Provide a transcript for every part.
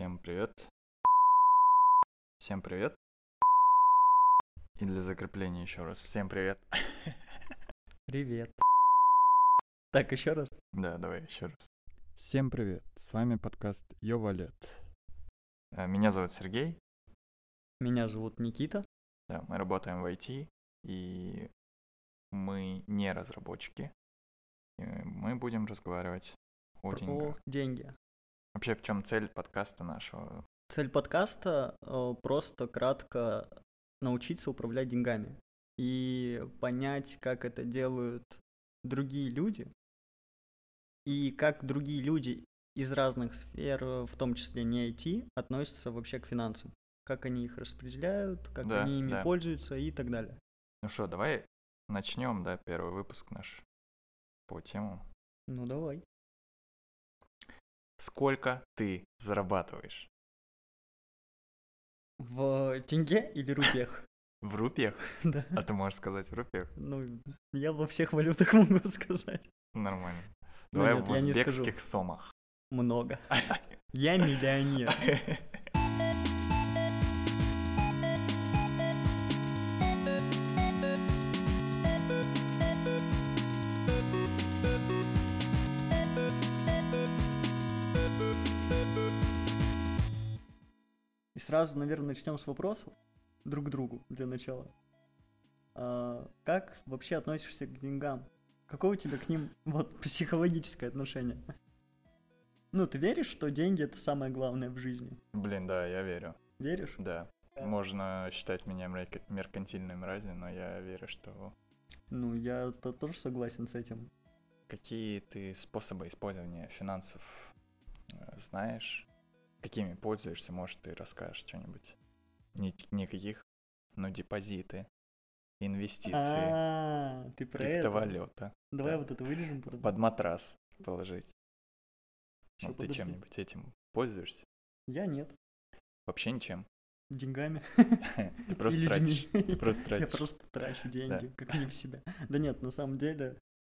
Всем привет. Всем привет. И для закрепления еще раз. Всем привет. Привет. Так, еще раз. Да, давай еще раз. Всем привет, с вами подкаст Йовалет. Меня зовут Сергей. Меня зовут Никита. Да, мы работаем в IT, и мы не разработчики. И мы будем разговаривать о деньгах. Про деньги. Вообще, в чем цель подкаста нашего? Цель подкаста просто кратко научиться управлять деньгами и понять, как это делают другие люди, и как другие люди из разных сфер, в том числе не IT, относятся вообще к финансам. Как они их распределяют, как Да, они ими да. пользуются и так далее. Ну что, давай начнем, да, первый выпуск наш по темам. Ну, давай. Сколько ты зарабатываешь? В тенге или рупиях? В рупиях? Да. А ты можешь сказать в рупиях? Ну, я во всех валютах могу сказать. Нормально. Ну Давай нет, в я не скажу. узбекских сомах. Много. Я миллионер. И сразу, наверное, начнем с вопросов друг к другу для начала. Как вообще относишься к деньгам? Какое у тебя к ним вот психологическое отношение? Ну, ты веришь, что деньги это самое главное в жизни? Блин, да, я верю. Веришь? Да. Можно считать меня меркантильной мразью, но я верю, что... Ну, я тоже согласен с этим. Какие ты способы использования финансов знаешь? Какими пользуешься? Может, ты расскажешь что-нибудь? Никаких, но депозиты, инвестиции, Ты про это? криптовалюта. Давай Да. вот это вырежем. Под матрас положить. Ща, Вот ты подожди. чем-нибудь этим пользуешься? Я нет. Вообще ничем. Деньгами. Ты просто И тратишь. людьми. Ты просто Я тратишь. просто трачу деньги, как не в себя. Да нет, на самом деле,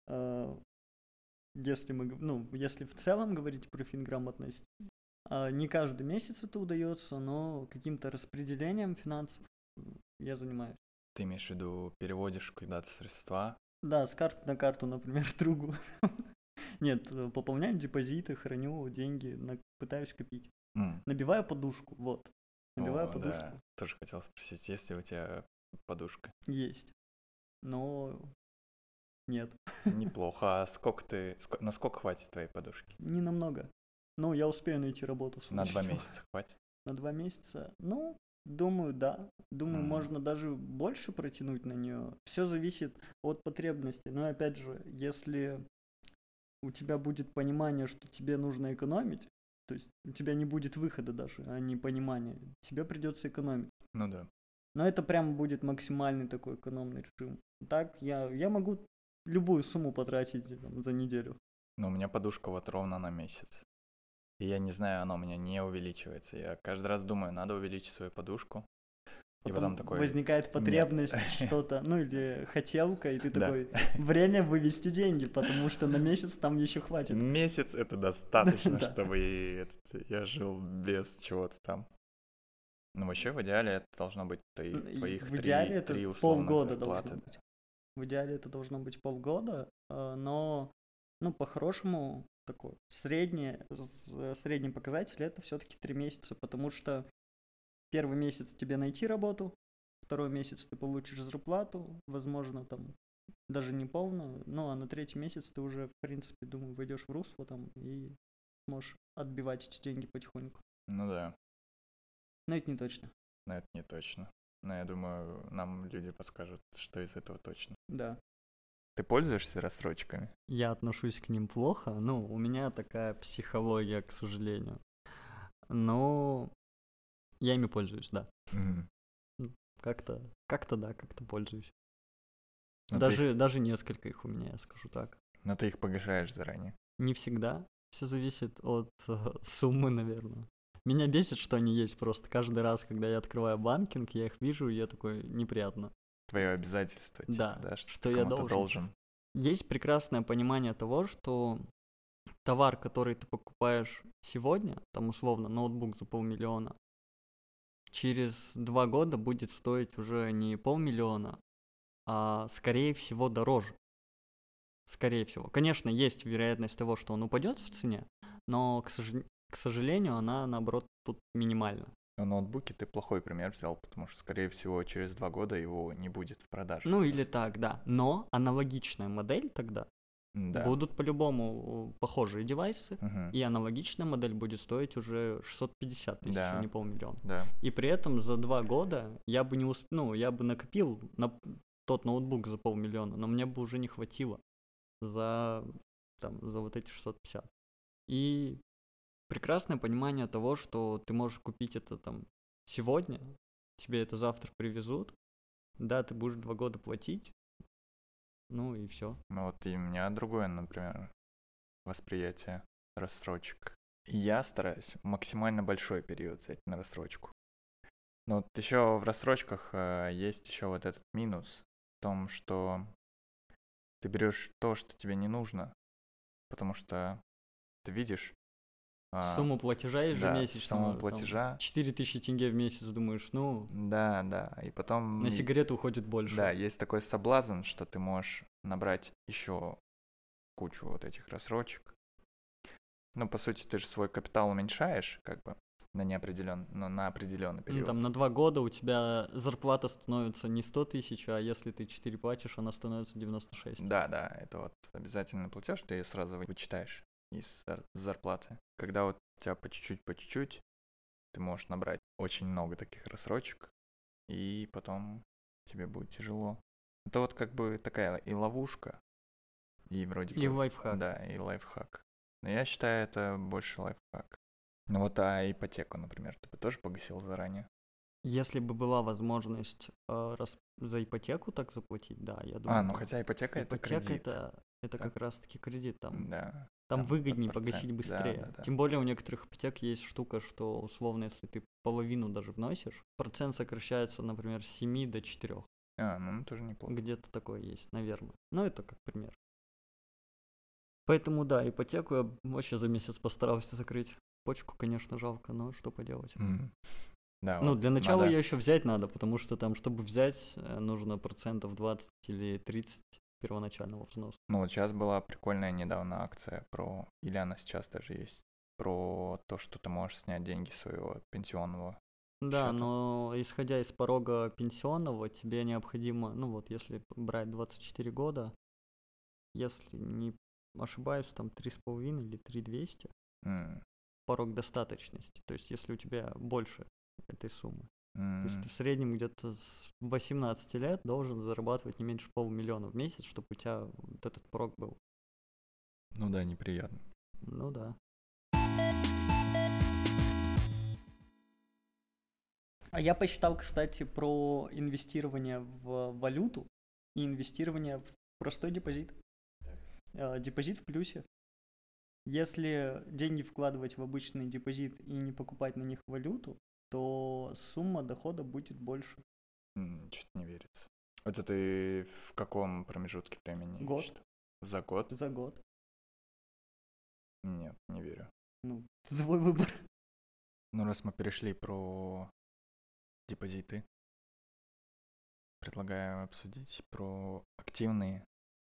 если в целом говорить про финграмотность, не каждый месяц это удается, но каким-то распределением финансов я занимаюсь. Ты имеешь в виду, переводишь куда-то средства? Да, с карты на карту, например, другу. Нет, пополняю депозиты, храню деньги, пытаюсь копить. Набиваю подушку, вот. Набиваю подушку. Да. Тоже хотел спросить, есть ли у тебя подушка? Есть. Но нет. Неплохо. А насколько хватит твоей подушки? Не намного. Ну, я успею найти работу. На 2 месяца хватит? На 2 месяца? Ну, думаю, да. Думаю, можно даже больше протянуть на нее. Все зависит от потребностей. Но опять же, если у тебя будет понимание, что тебе нужно экономить, то есть у тебя не будет выхода даже, а не понимания, тебе придется экономить. Ну да. Но это прям будет максимальный такой экономный режим. Так, я могу любую сумму потратить за неделю. Но у меня подушка вот ровно на месяц. И я не знаю, она у меня не увеличивается. Я каждый раз думаю, надо увеличить свою подушку. И потом такой... Возникает потребность что-то, ну или хотелка, и ты Да. такой, время вывести деньги, потому что на месяц там еще хватит. Месяц это достаточно, Да. чтобы я жил без чего-то там. Ну вообще в идеале это должно быть твоих В идеале это три условных полгода зарплаты. должно быть. В идеале это должно быть полгода, но, по-хорошему, такой средний показатель это все-таки 3 месяца, потому что первый месяц тебе найти работу, второй месяц ты получишь зарплату, возможно, там даже не полную, ну а на 3-й месяц ты уже, в принципе, думаю, войдешь в русло там и можешь отбивать эти деньги потихоньку. Ну да, Но это не точно. но это не точно. Но я думаю, нам люди подскажут, что из этого точно. Да. Ты пользуешься рассрочками? Я отношусь к ним плохо, у меня такая психология, к сожалению. Но я ими пользуюсь, да. Как-то пользуюсь. Но Даже несколько их у меня, я скажу так. Но ты их погашаешь заранее. Не всегда. Все зависит от суммы, наверное. Меня бесит, что они есть просто. Каждый раз, когда я открываю банкинг, я их вижу, и я такой, неприятно. Твое обязательство, Да, да, что я кому-то должен. Есть прекрасное понимание того, что товар, который ты покупаешь сегодня, там условно ноутбук за 500 000, через 2 года будет стоить уже не 500 000, а скорее всего дороже. Скорее всего. Конечно, есть вероятность того, что он упадет в цене, но, к сожалению, она, наоборот, тут минимальна. На ноутбуке ты плохой пример взял, потому что, скорее всего, через 2 года его не будет в продаже. Ну, или просто. так, да. Но аналогичная модель тогда Да. будут по-любому похожие девайсы, Мгм. и аналогичная модель будет стоить уже 650 000, Да. а не 500 000. Да. И при этом за 2 года я бы не я бы накопил на тот ноутбук за 500 000, но мне бы уже не хватило за вот эти 650. И прекрасное понимание того, что ты можешь купить это там сегодня, тебе это завтра привезут, да, ты будешь 2 года платить, ну и все. Ну вот и у меня другое, например, восприятие рассрочек. И я стараюсь максимально большой период взять на рассрочку. Но вот еще в рассрочках есть еще вот этот минус в том, что ты берешь то, что тебе не нужно, потому что ты видишь Сумму платежа да, ежемесячного, сумму платежа. 4000 тенге в месяц, думаешь, ну, Да, и потом на сигарету уходит больше. да, есть такой соблазн, что ты можешь набрать еще кучу вот этих рассрочек. Ну, по сути, ты же свой капитал уменьшаешь, как бы, на определенный период. Ну, там на 2 года у тебя зарплата становится не 100 000, а если ты 4 платишь, она становится 96. Да, это вот обязательный платеж, ты ее сразу вычитаешь из зарплаты. Когда вот у тебя по чуть-чуть, ты можешь набрать очень много таких рассрочек, и потом тебе будет тяжело. Это вот как бы такая и ловушка, и вроде И бы... лайфхак. Да, и лайфхак. Но я считаю, это больше лайфхак. Ну вот, а ипотеку, например, ты бы тоже погасил заранее? Если бы была возможность за ипотеку так заплатить, да, я думаю. Ну хотя ипотека это кредит. Это Да. как раз-таки кредит там. Да. Там выгоднее под процент. погасить быстрее. Да. Тем более у некоторых ипотек есть штука, что условно, если ты половину даже вносишь, процент сокращается, например, с 7 до 4. Ну тоже неплохо. Где-то такое есть, наверное. Но это как пример. Поэтому да, ипотеку я вообще за месяц постарался закрыть. Почку, конечно, жалко, но что поделать. Да, Ну, вот для начала надо... ее еще взять надо, потому что там, чтобы взять, нужно 20% или 30% первоначального взноса. Ну вот сейчас была прикольная недавно акция про, или она сейчас даже есть, про то, что ты можешь снять деньги своего пенсионного Да, счета. но исходя из порога пенсионного, тебе необходимо, ну вот если брать 24 года, если не ошибаюсь, там 3,5 или 3,200 порог достаточности. То есть если у тебя больше этой суммы. То есть ты в среднем где-то с 18 лет должен зарабатывать не меньше 500 000 в месяц, чтобы у тебя вот этот порог был. Ну да, неприятно. Ну да. А я посчитал, кстати, про инвестирование в валюту и инвестирование в простой депозит. Депозит в плюсе. Если деньги вкладывать в обычный депозит и не покупать на них валюту, то сумма дохода будет больше. Что-то не верится. Это ты в каком промежутке времени? Год. Считал? За год? За год. Нет, не верю. Ну, твой выбор. Ну, раз мы перешли про депозиты, предлагаю обсудить про активные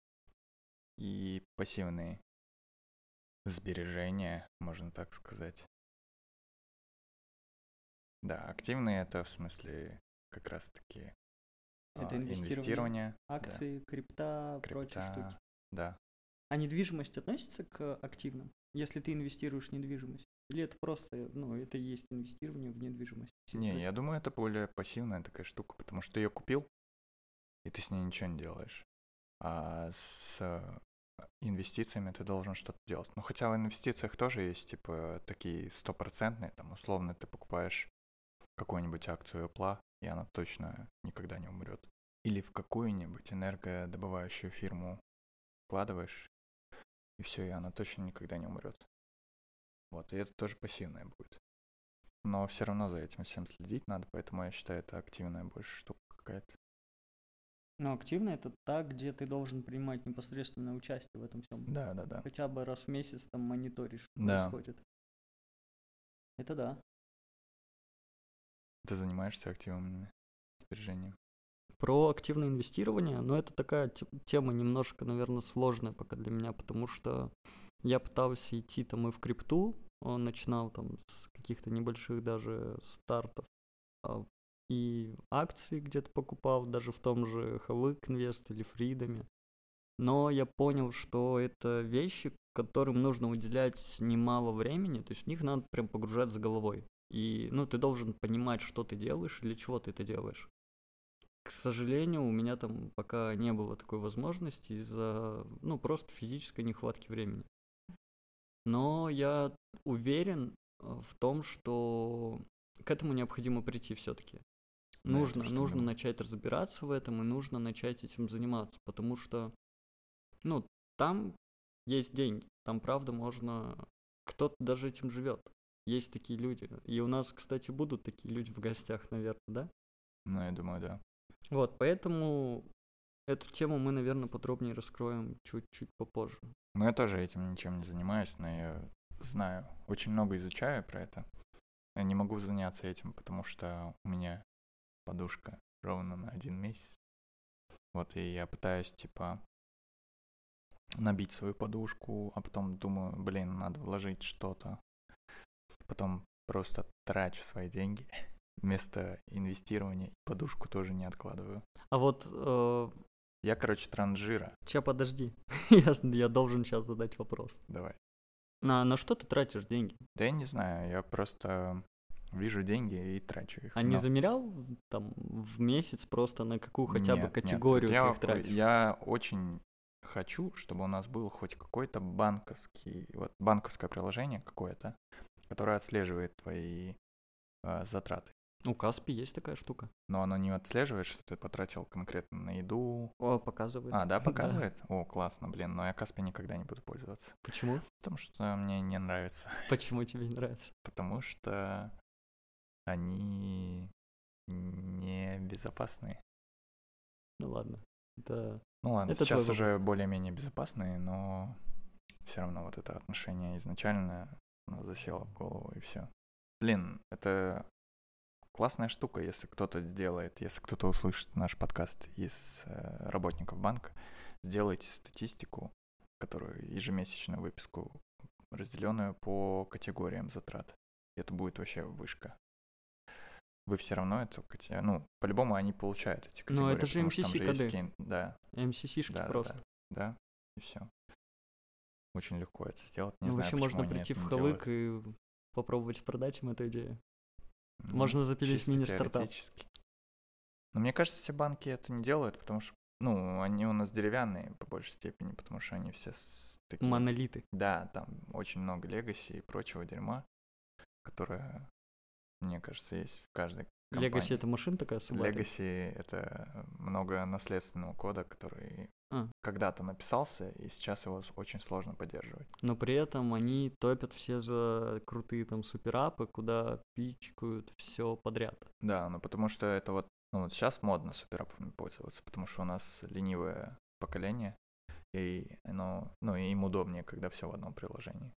и пассивные сбережения, можно так сказать. Да, активные это в смысле как раз-таки Это инвестирование. Акции, крипта, прочие штуки. Да. А недвижимость относится к активным? Если ты инвестируешь в недвижимость? Или это просто, это и есть инвестирование в недвижимость? Не, я думаю, это более пассивная такая штука, потому что ты ее купил, и ты с ней ничего не делаешь. А с инвестициями ты должен что-то делать. Ну, хотя в инвестициях тоже есть, типа, такие стопроцентные, там, условно, ты покупаешь какую-нибудь акцию Apple, и она точно никогда не умрет. Или в какую-нибудь энергодобывающую фирму вкладываешь, и все, и она точно никогда не умрет. Вот, и это тоже пассивное будет. Но все равно за этим всем следить надо, поэтому я считаю, это активная больше штука какая-то. Но активно это так, где ты должен принимать непосредственное участие в этом всем. Да, да, да. Хотя бы раз в месяц там мониторишь, что Да. происходит. Это да. Ты занимаешься активными сбережениями? Про активное инвестирование, но это такая тема немножко, наверное, сложная пока для меня, потому что я пытался идти там и в крипту, он начинал там с каких-то небольших даже стартов, и акции где-то покупал, даже в том же Halyk Invest или Фридоме. Но я понял, что это вещи, которым нужно уделять немало времени, то есть в них надо прям погружаться головой. И, ну, ты должен понимать, что ты делаешь и для чего ты это делаешь. К сожалению, у меня там пока не было такой возможности из-за, ну, просто физической нехватки времени. Но я уверен в том, что к этому необходимо прийти все-таки. Да, я тоже так Нужно думаю. начать разбираться в этом и нужно начать этим заниматься, потому что, ну, там есть деньги, там правда можно, кто-то даже этим живет. Есть такие люди. И у нас, кстати, будут такие люди в гостях, наверное, да? Ну, я думаю, да. Вот, поэтому эту тему мы, наверное, подробнее раскроем чуть-чуть попозже. Ну, я тоже этим ничем не занимаюсь, но я знаю, очень много изучаю про это. Я не могу заняться этим, потому что у меня подушка ровно на 1 месяц. Вот, и я пытаюсь, типа, набить свою подушку, а потом думаю, блин, надо вложить что-то. Потом просто трачу свои деньги вместо инвестирования. Подушку тоже не откладываю. А вот, Я, короче, транжира. ща подожди, я должен сейчас задать вопрос. Давай. На что ты тратишь деньги? Да я не знаю, я просто вижу деньги и трачу их. А не Но- замерял там в месяц просто на какую хотя бы Нет, категорию ты я, их тратишь? я очень хочу, чтобы у нас был хоть какой-то банковское приложение какое-то, которое отслеживает твои затраты. У Каспи есть такая штука. Но оно не отслеживает, что ты потратил конкретно на еду. О, показывает. А, да, показывает? О, классно, блин, но я Каспи никогда не буду пользоваться. Почему? Потому что мне не нравится. Почему тебе не нравится? Потому что они не безопасные. Ну ладно. Это... Ну ладно, Это сейчас твой уже более-менее безопасные, но все равно вот это отношение изначально оно засело в голову и все. Блин, это классная штука, если кто-то сделает, если кто-то услышит наш подкаст из работников банка, сделайте статистику, которую ежемесячную выписку, разделенную по категориям затрат. И это будет вообще вышка. Вы все равно эту категорию, ну, по-любому они получают эти категории. Ну, это же потому что там MCC же есть коды. Да, MCC-шки да, просто. да, и все. Очень легко это сделать. Не Ну, знаю, вообще почему можно они прийти это в не делают. Halyk и попробовать продать им эту идею. Ну, Можно запилить чисто мини-стартап. теоретически. Но мне кажется, все банки это не делают, потому что, ну, они у нас деревянные по большей степени, потому что они все такие... Монолиты. Да, там очень много легаси и прочего дерьма, которое, мне кажется, есть в каждой компании. Legacy — это машина такая Subaru? Legacy — это много наследственного кода, который А. когда-то написался, и сейчас его очень сложно поддерживать. Но при этом они топят все за крутые там суперапы, куда пичкают все подряд. Да, ну потому что это вот, ну вот сейчас модно суперапами пользоваться, потому что у нас ленивое поколение, и оно, ну и им удобнее, когда все в одном приложении.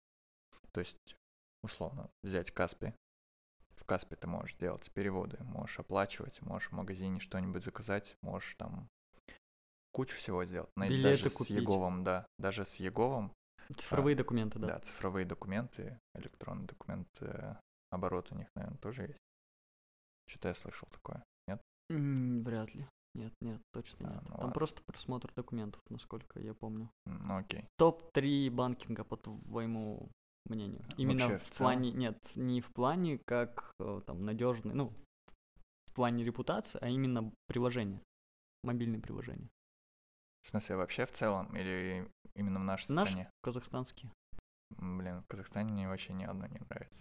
То есть, условно, взять Каспи. В Каспи ты можешь делать переводы, можешь оплачивать, можешь в магазине что-нибудь заказать, можешь там кучу всего сделать. Билеты даже купить. с Еговом, да. Даже с Еговом. Цифровые документы, да. Да, цифровые документы, электронный документ, оборот у них, наверное, тоже есть. Что-то я слышал такое, нет? Вряд ли. Нет, точно нет. ну Там ладно. просто просмотр документов, насколько я помню. Ну окей. Топ-3 банкинга, по твоему мнению. Именно Вообще, в в целом? плане, нет, не в плане как там надежный, ну, в плане репутации, а именно приложение, мобильные приложения. В смысле, вообще в целом или именно в нашей Наши стране? казахстанские. Блин, в Казахстане мне вообще ни одно не нравится.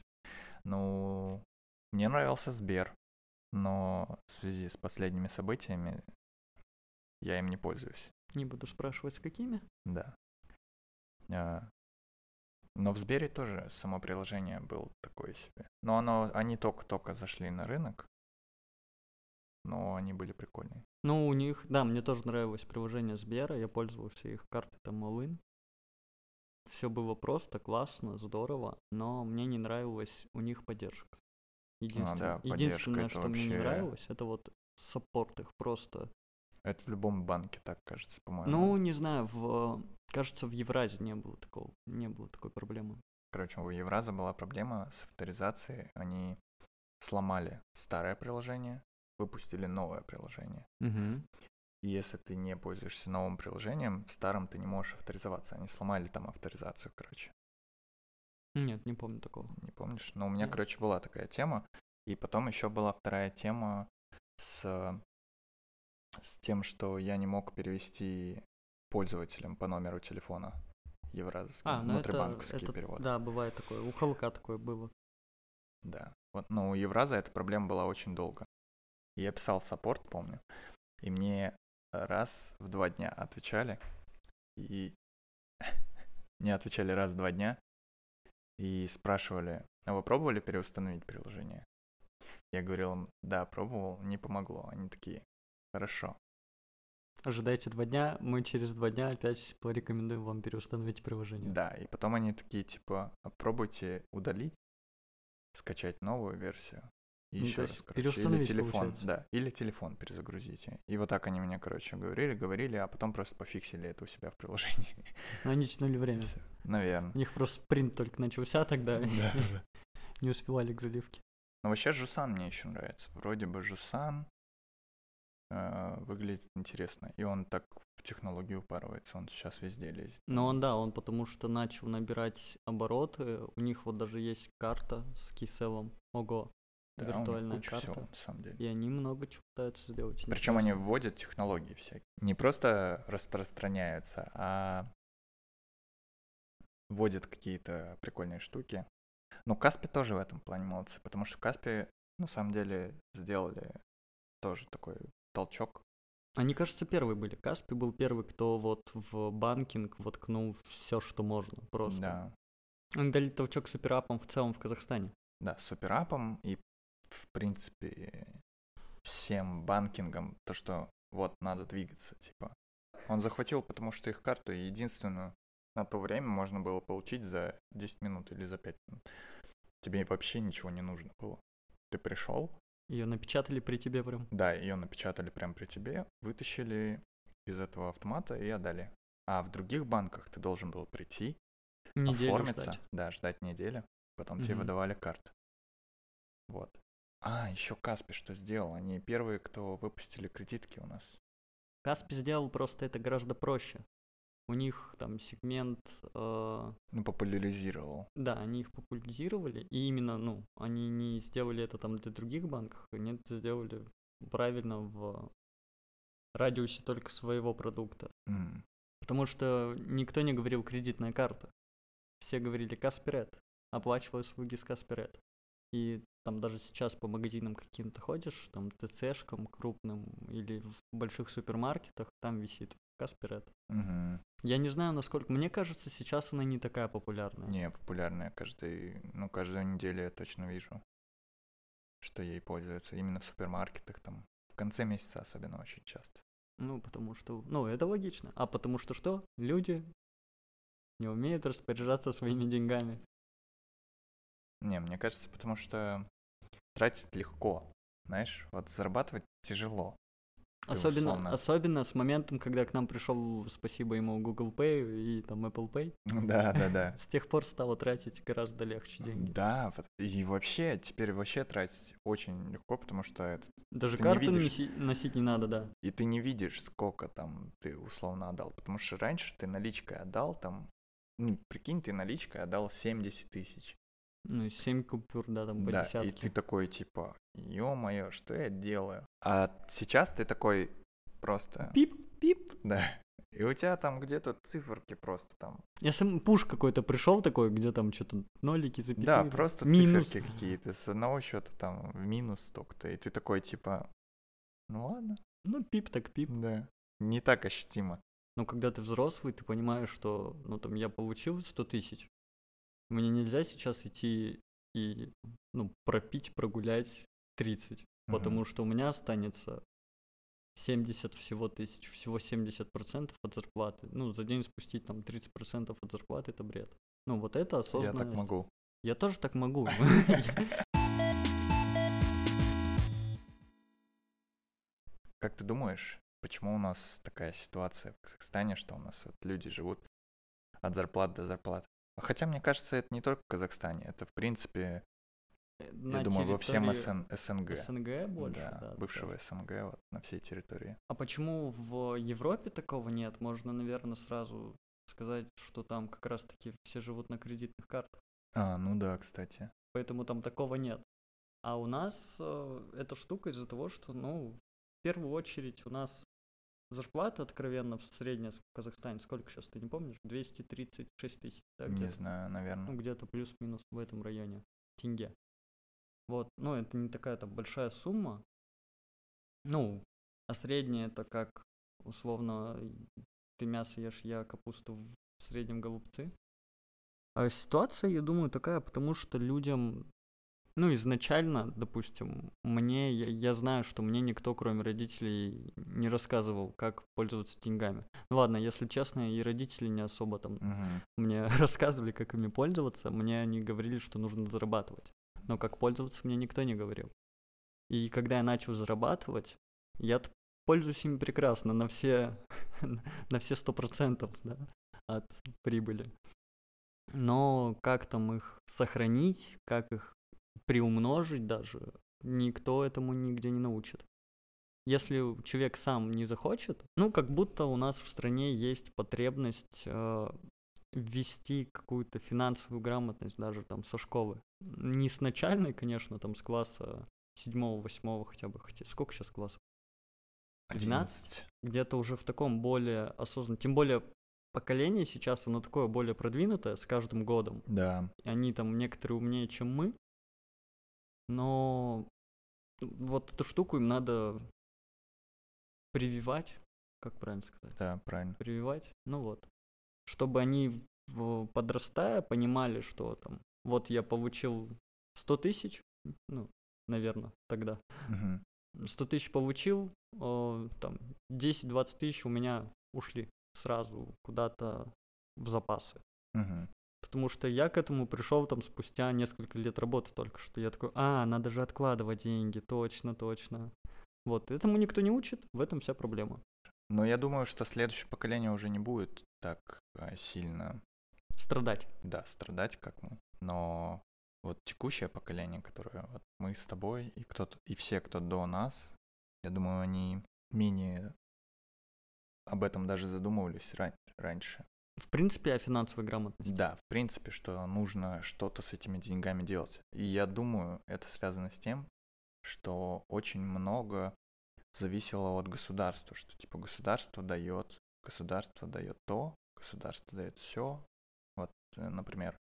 Ну, мне нравился Сбер, но в связи с последними событиями я им не пользуюсь. Не буду спрашивать, с какими. Да. Но в Сбере тоже само приложение было такое себе. Но они только-только зашли на рынок, но они были прикольные. Ну, у них, да, мне тоже нравилось приложение Сбера, я пользовался их картой там All-in. Все было просто, классно, здорово, но мне не нравилась у них поддержка. Да, поддержка Единственное, это что мне не вообще... нравилось, это вот саппорт их просто. Это в любом банке так, кажется, по-моему. Ну, не знаю, кажется, в Евразе не было такой проблемы. Короче, у Евраза была проблема с авторизацией. Они сломали старое приложение, выпустили новое приложение. Угу. И если ты не пользуешься новым приложением, в старом ты не можешь авторизоваться. Они сломали там авторизацию, короче. Нет, не помню такого. Не помнишь? Но у меня, Нет. короче, была такая тема. И потом еще была вторая тема с тем, что я не мог перевести пользователям по номеру телефона евразовский, Ну внутрибанковский это, перевод. да, бывает такое. У Халка такое было. Да. Вот, но у Евраза эта проблема была очень долго. Я писал в саппорт, помню, и мне раз в 2 дня отвечали, и мне отвечали раз в 2 дня, и спрашивали, а вы пробовали переустановить приложение? Я говорил им, да, пробовал, не помогло. Они такие, хорошо. Ожидайте 2 дня, мы через 2 дня опять порекомендуем вам переустановить приложение. Да, и потом они такие, типа, пробуйте удалить, скачать новую версию. И Ну, еще то раз, есть короче, или переустановить, телефон, получается. да, или телефон перезагрузите. И вот так они мне, короче, говорили, а потом просто пофиксили это у себя в приложении. Но они тянули время. Всё. Наверное. У них просто спринт только начался тогда, Да. не успевали к заливке. Но вообще Жусан мне еще нравится. Вроде бы Жусан выглядит интересно. И он так в технологию упарывается, он сейчас везде лезет. Но он потому что начал набирать обороты. У них вот даже есть карта с киселом. Ого, Да, у них виртуальная куча карта. всего, на самом деле. И они много чего пытаются сделать. Причем они интересного. вводят технологии всякие. Не просто распространяются, а вводят какие-то прикольные штуки. Но Каспи тоже в этом плане молодцы, потому что Каспи на самом деле сделали тоже такой толчок. Они, кажется, первые были. Каспи был первый, кто вот в банкинг воткнул все, что можно. Просто. Да, Они дали толчок суперапам в целом в Казахстане. да, суперапом и, в принципе, всем банкингом, то, что вот надо двигаться, типа. Он захватил, потому что их карту единственную на то время можно было получить за 10 минут или за 5 минут. Тебе вообще ничего не нужно было. Ты пришел, Ее напечатали при тебе прям. да, ее напечатали прямо при тебе, вытащили из этого автомата и отдали. А в других банках ты должен был прийти, Неделю оформиться, ждать. да, ждать неделю, потом тебе Мгм. выдавали карту. Вот. Еще Каспи что сделал? Они первые, кто выпустили кредитки у нас. Каспи сделал просто это гораздо проще. У них там сегмент, Популяризировал. да, они их популяризировали, и именно, они не сделали это там для других банков, они это сделали правильно в радиусе только своего продукта. М. Потому что никто не говорил кредитная карта. Все говорили Каспирет, оплачивай услуги с Каспирет. И там даже сейчас по магазинам каким-то ходишь, там ТЦшкам крупным или в больших супермаркетах, там висит Каспирет. Мгм. Я не знаю, насколько... Мне кажется, сейчас она не такая популярная. Не, популярная каждую неделю я точно вижу, что ей пользуются. Именно в супермаркетах там. В конце месяца особенно очень часто. Потому что... это логично. А потому что что? Люди не умеют распоряжаться своими деньгами. Не, мне кажется, потому что тратить легко. Знаешь, вот зарабатывать тяжело. Ты условно- Особенно с моментом, когда к нам пришел, спасибо ему, Google Pay и там Apple Pay. Да. С тех пор стало тратить гораздо легче деньги. Да, и вообще, теперь вообще тратить очень легко, потому что Даже ты не карту видишь. носить не надо, да. И ты не видишь, сколько там ты условно отдал. Потому что раньше ты наличкой отдал там, прикинь, ты наличкой отдал 70 тысяч. 7 купюр, да, там по Да, десятке. и ты такой, типа, ё-моё, что я делаю? А сейчас ты такой просто... Пип. Да. И у тебя там где-то циферки просто там. Я сам пуш какой-то пришел такой, где там что-то нолики, запятые. Да, просто минус. циферки какие-то. С одного счета там в минус столько-то. И ты такой, типа, ну ладно. Пип так пип. Да. Не так ощутимо. Но когда ты взрослый, ты понимаешь, что, я получил 100 тысяч. Мне нельзя сейчас идти и, пропить, прогулять 30. Потому что у меня останется 70 всего тысяч, всего 70% от зарплаты. Ну, за день спустить там 30% от зарплаты — это бред. Ну, вот это Я осознанность. так могу. Я тоже так могу. Как ты думаешь, почему у нас такая ситуация в Казахстане, что у нас вот люди живут от зарплат до зарплат? Хотя, мне кажется, это не только в Казахстане, это, в принципе, На я думаю, во всем территории СНГ. СНГ больше, Да, да. бывшего СНГ, вот на всей территории. А почему в Европе такого нет? Можно, наверное, сразу сказать, что там как раз-таки все живут на кредитных картах, Ну да, кстати. поэтому там такого нет. А у нас эта штука из-за того, что, ну, в первую очередь у нас зарплата откровенно средняя в Казахстане. Сколько сейчас, ты не помнишь? 236 тысяч, да, Не где-то? знаю, Ну, наверное. где-то плюс-минус в этом районе тенге. Вот, ну, это не такая-то большая сумма. Ну, а средняя это как, условно, ты мясо ешь, я капусту, в среднем голубцы. А ситуация, я думаю, такая, потому что людям, ну, изначально, допустим, я знаю, что мне никто, кроме родителей, не рассказывал, как пользоваться деньгами. Ну ладно, если честно, и родители не особо там мне рассказывали, как ими пользоваться, мне они говорили, что нужно зарабатывать. Но как пользоваться мне никто не говорил. И когда я начал зарабатывать, я пользуюсь ими прекрасно на все 100%, да, от прибыли. Но как там их сохранить, как их приумножить даже, никто этому нигде не научит. Если человек сам не захочет, ну, как будто у нас в стране есть потребность ввести какую-то финансовую грамотность даже там со школы. Не с начальной, конечно, там с класса 7-8 хотя бы. Хотя сколько сейчас классов? 12? Где-то уже в таком более осознанном. Тем более поколение сейчас, оно такое более продвинутое с каждым годом. Да. Они там некоторые умнее, чем мы. Но вот эту штуку им надо прививать. Как правильно сказать? Да, правильно. Прививать. Ну вот. Чтобы они, подрастая, понимали, что там, вот я получил 100 тысяч, ну, наверное, тогда. 100 тысяч получил, там, 10-20 тысяч у меня ушли сразу куда-то в запасы. Потому что я к этому пришел там спустя несколько лет работы только что. Я такой, надо же откладывать деньги, точно. Вот, этому никто не учит, в этом вся проблема. Но я думаю, что следующее поколение уже не будет так сильно страдать. Да, страдать как мы. Но вот текущее поколение, которое вот мы с тобой и все, кто до нас, я думаю, они менее об этом даже задумывались раньше. В принципе, о финансовой грамотности. Да, в принципе, что нужно что-то с этими деньгами делать. И я думаю, это связано с тем, что очень много зависело от государства, что типа государство дает то, государство дает все. Вот, например,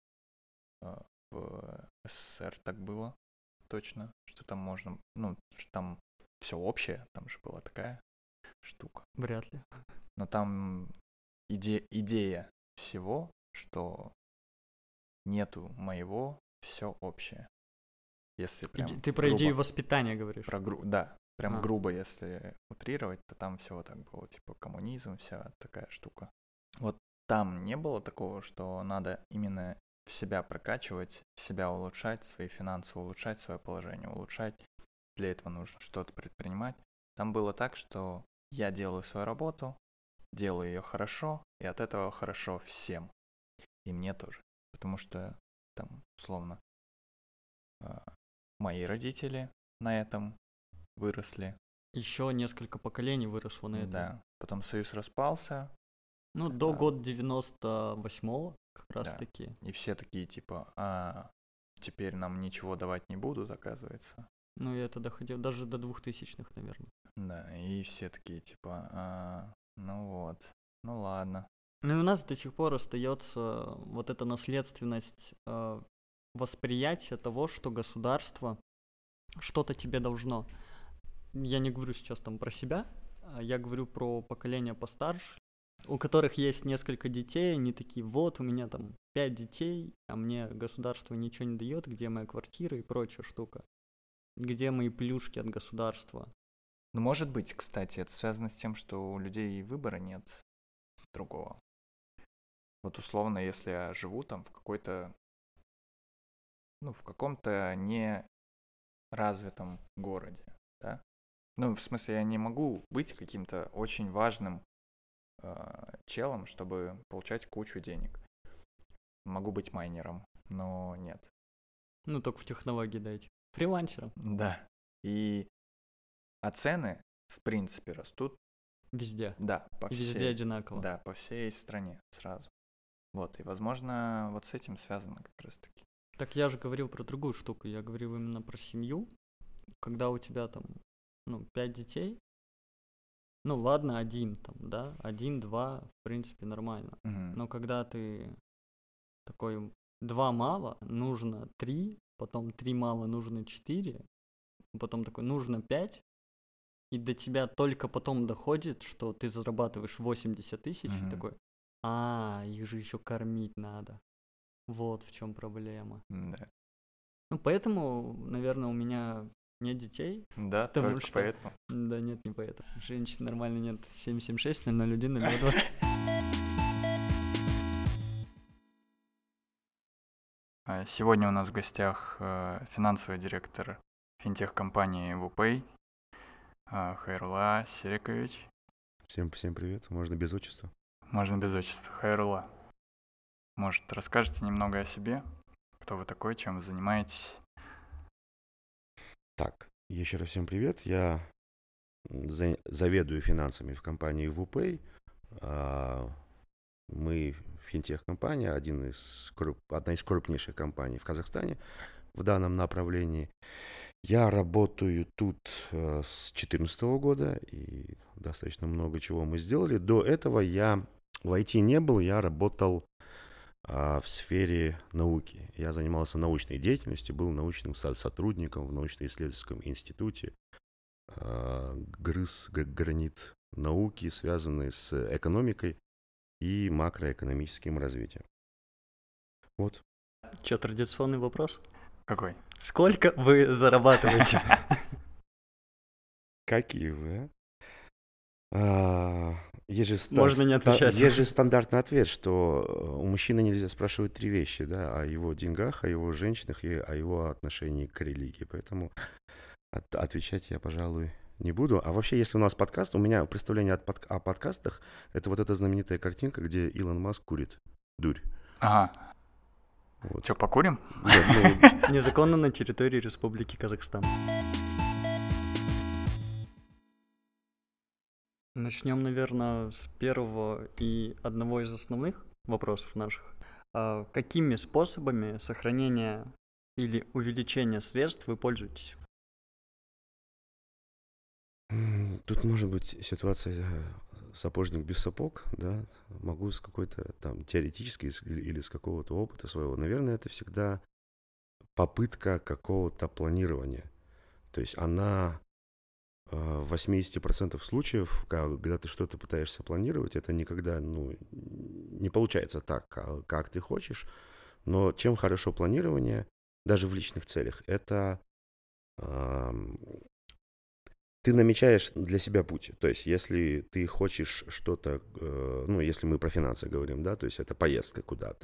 в СССР так было точно, что там можно, ну, что там все общее, там же была такая штука. Вряд ли. Но там идея всего, что нету моего, все общее. Если прям ты про идею воспитания говоришь? Да, прям грубо, если утрировать, то там все так было, типа коммунизм, вся такая штука. Вот там не было такого, что надо именно себя прокачивать, себя улучшать, свои финансы улучшать, свое положение улучшать. Для этого нужно что-то предпринимать. Там было так, что я делаю свою работу, делаю ее хорошо, и от этого хорошо всем. И мне тоже. Потому что там, условно, мои родители на этом выросли. Еще несколько поколений выросло на этом. Да. Потом Союз распался. Ну, до года 98-го как раз таки. И все такие типа, теперь нам ничего давать не будут, оказывается. Ну, я это доходил даже до 2000-х, наверное. Да, и все такие типа, ну вот, ну ладно. Ну и у нас до сих пор остается вот эта наследственность восприятия того, что государство что-то тебе должно. Я не говорю сейчас там про себя, я говорю про поколение постарше, у которых есть несколько детей, они такие, вот у меня там 5 детей, а мне государство ничего не дает, где моя квартира и прочая штука, где мои плюшки от государства. Ну, может быть, кстати, это связано с тем, что у людей выбора нет другого. Вот условно, если я живу там в какой-то, ну, в каком-то неразвитом городе, да? Ну, в смысле, я не могу быть каким-то очень важным челом, чтобы получать кучу денег. Могу быть майнером, но нет. Ну, только в технологии дайте. Фрилансером. Да. А цены, в принципе, растут, Везде. да, по И везде всей, одинаково. да, по всей стране сразу. Вот, и, возможно, вот с этим связано как раз-таки. Так я же говорил про другую штуку. Я говорил именно про семью. Когда у тебя там, 5 детей, ну, ладно, один там, да, 1-2, в принципе, нормально. Мгм. Но когда ты такой, 2 мало, нужно 3, потом 3 мало, нужно 4, потом такой, нужно 5, и до тебя только потом доходит, что ты зарабатываешь 80 тысяч, и Мгм. такой, их же еще кормить надо. Вот в чем проблема. Да. Ну, поэтому, наверное, у меня нет детей. Да, Потому только что- поэтому. Да нет, не поэтому. Женщин нормально нет. 776 001 022. Сегодня у нас в гостях финансовый директор финтех-компании WooPay Хайрула Серикович. Всем привет. Можно без отчества? Можно без отчества. Хайрула. Может, расскажете немного о себе? Кто вы такой, чем вы занимаетесь? Так, еще раз всем привет. Я заведую финансами в компании WooPay. Мы финтех-компания, одна из крупнейших компаний в Казахстане в данном направлении. Я работаю тут с 2014 года, и достаточно много чего мы сделали. До этого я в IT не был, я работал в сфере науки. Я занимался научной деятельностью, был научным сотрудником в научно-исследовательском институте, грыз гранит науки, связанные с экономикой и макроэкономическим развитием. Вот. Че, традиционный вопрос? Какой? Сколько вы зарабатываете? Какие вы? Есть же Можно не отвечать. Есть же стандартный ответ, что у мужчины нельзя спрашивать 3 вещи, да, о его деньгах, о его женщинах и о его отношении к религии. Поэтому отвечать я, пожалуй, не буду. А вообще, если у нас подкаст, у меня представление о подкастах, это вот эта знаменитая картинка, где Илон Маск курит дурь. Ага. Вот. Че, покурим? Нет, Незаконно на территории Республики Казахстан. Начнем, наверное, с первого и одного из основных вопросов наших. Какими способами сохранения или увеличения средств вы пользуетесь? Тут может быть ситуация сапожник без сапог, да, могу с какой-то там теоретической или с какого-то опыта своего. Наверное, это всегда попытка какого-то планирования. То есть она в 80% случаев, когда ты что-то пытаешься планировать, это никогда не получается так, как ты хочешь. Но чем хорошо планирование, даже в личных целях, это ты намечаешь для себя путь. То есть, если ты хочешь что-то, если мы про финансы говорим, да, то есть это поездка куда-то,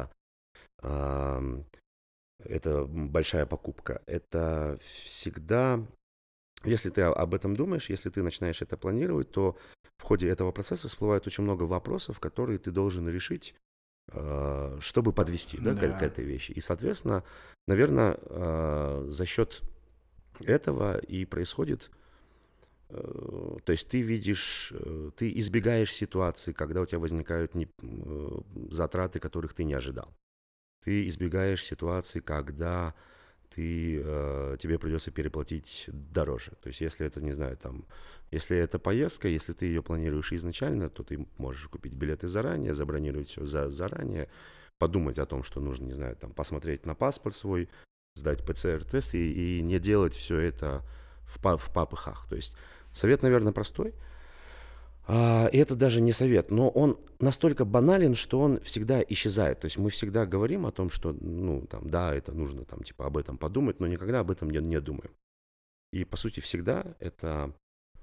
это большая покупка. Это всегда, если ты об этом думаешь, если ты начинаешь это планировать, то в ходе этого процесса всплывает очень много вопросов, которые ты должен решить, чтобы подвести, да, к этой вещи. И, соответственно, наверное, за счет этого и происходит. То есть ты видишь, ты избегаешь ситуации, когда у тебя возникают затраты, которых ты не ожидал. Ты избегаешь ситуации, когда тебе придется переплатить дороже. То есть если это, не знаю, если это поездка, если ты ее планируешь изначально, то ты можешь купить билеты заранее, забронировать все заранее, подумать о том, что нужно, не знаю, посмотреть на паспорт свой, сдать ПЦР-тест и не делать все это в попыхах. То есть совет, наверное, простой. И это даже не совет, но он настолько банален, что он всегда исчезает. То есть мы всегда говорим о том, что, да, это нужно, об этом подумать, но никогда об этом не думаем. И, по сути, всегда это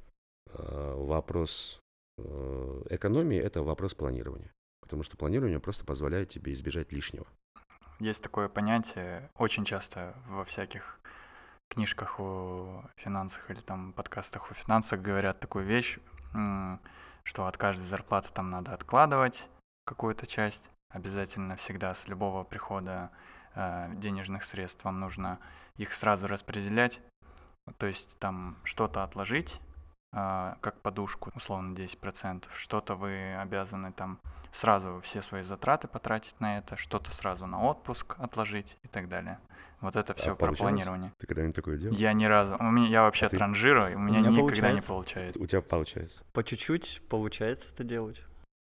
Вопрос экономии – это вопрос планирования. Потому что планирование просто позволяет тебе избежать лишнего. Есть такое понятие, очень часто во всяких книжках о финансах или там подкастах о финансах говорят такую вещь, что от каждой зарплаты там надо откладывать какую-то часть. Обязательно всегда с любого прихода денежных средств вам нужно их сразу распределять. То есть там что-то отложить, как подушку, условно 10%, что-то вы обязаны там сразу все свои затраты потратить на это, что-то сразу на отпуск отложить и так далее. Вот это все про планирование. Ты когда-нибудь такое делал? Я ни разу. Я вообще транжирую, и у меня никогда не получается. У тебя получается? По чуть-чуть получается это делать.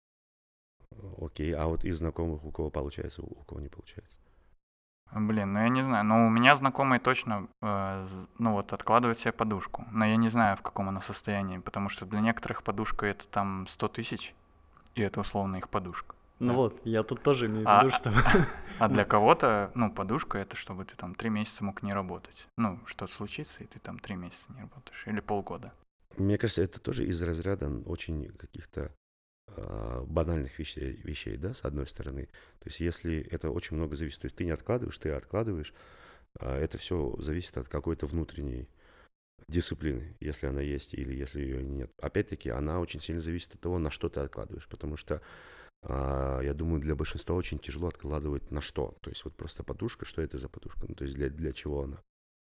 Окей, а вот из знакомых у кого получается, у кого не получается? Блин, я не знаю. Но у меня знакомые точно, откладывают себе подушку. Но я не знаю, в каком она состоянии, потому что для некоторых подушка это там 100 тысяч, и это условно их подушка. Ну вот, я тут тоже имею в виду, что... А для кого-то, подушка это чтобы ты там 3 месяца мог не работать. Что-то случится, и ты там 3 месяца не работаешь. Или полгода. Мне кажется, это тоже из разряда очень каких-то банальных вещей, да, с одной стороны. То есть если это очень много зависит, то есть ты не откладываешь, ты откладываешь, это все зависит от какой-то внутренней дисциплины, если она есть или если ее нет. Опять-таки, она очень сильно зависит от того, на что ты откладываешь, потому что я думаю, для большинства очень тяжело откладывать на что. То есть вот просто подушка, что это за подушка, то есть для чего она.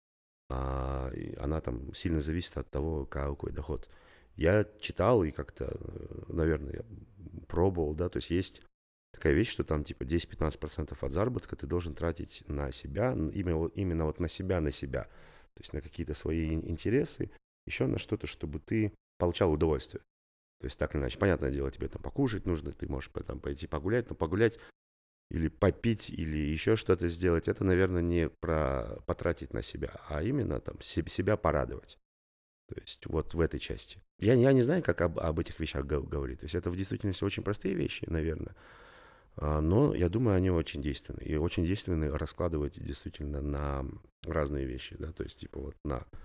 Она там сильно зависит от того, какой доход. Я читал и как-то, наверное, я пробовал, да, то есть есть такая вещь, что там типа 10-15% от заработка ты должен тратить на себя, именно вот на себя, то есть на какие-то свои интересы, еще на что-то, чтобы ты получал удовольствие. То есть так или иначе, понятное дело, тебе там покушать нужно, ты можешь там пойти погулять, но погулять или попить, или еще что-то сделать, это, наверное, не про потратить на себя, а именно там себя порадовать. То есть вот в этой части. Я не знаю, как об этих вещах говорить. То есть это в действительности очень простые вещи, наверное. Но я думаю, они очень действенны. И очень действенны раскладывать действительно на разные вещи. Да? То есть типа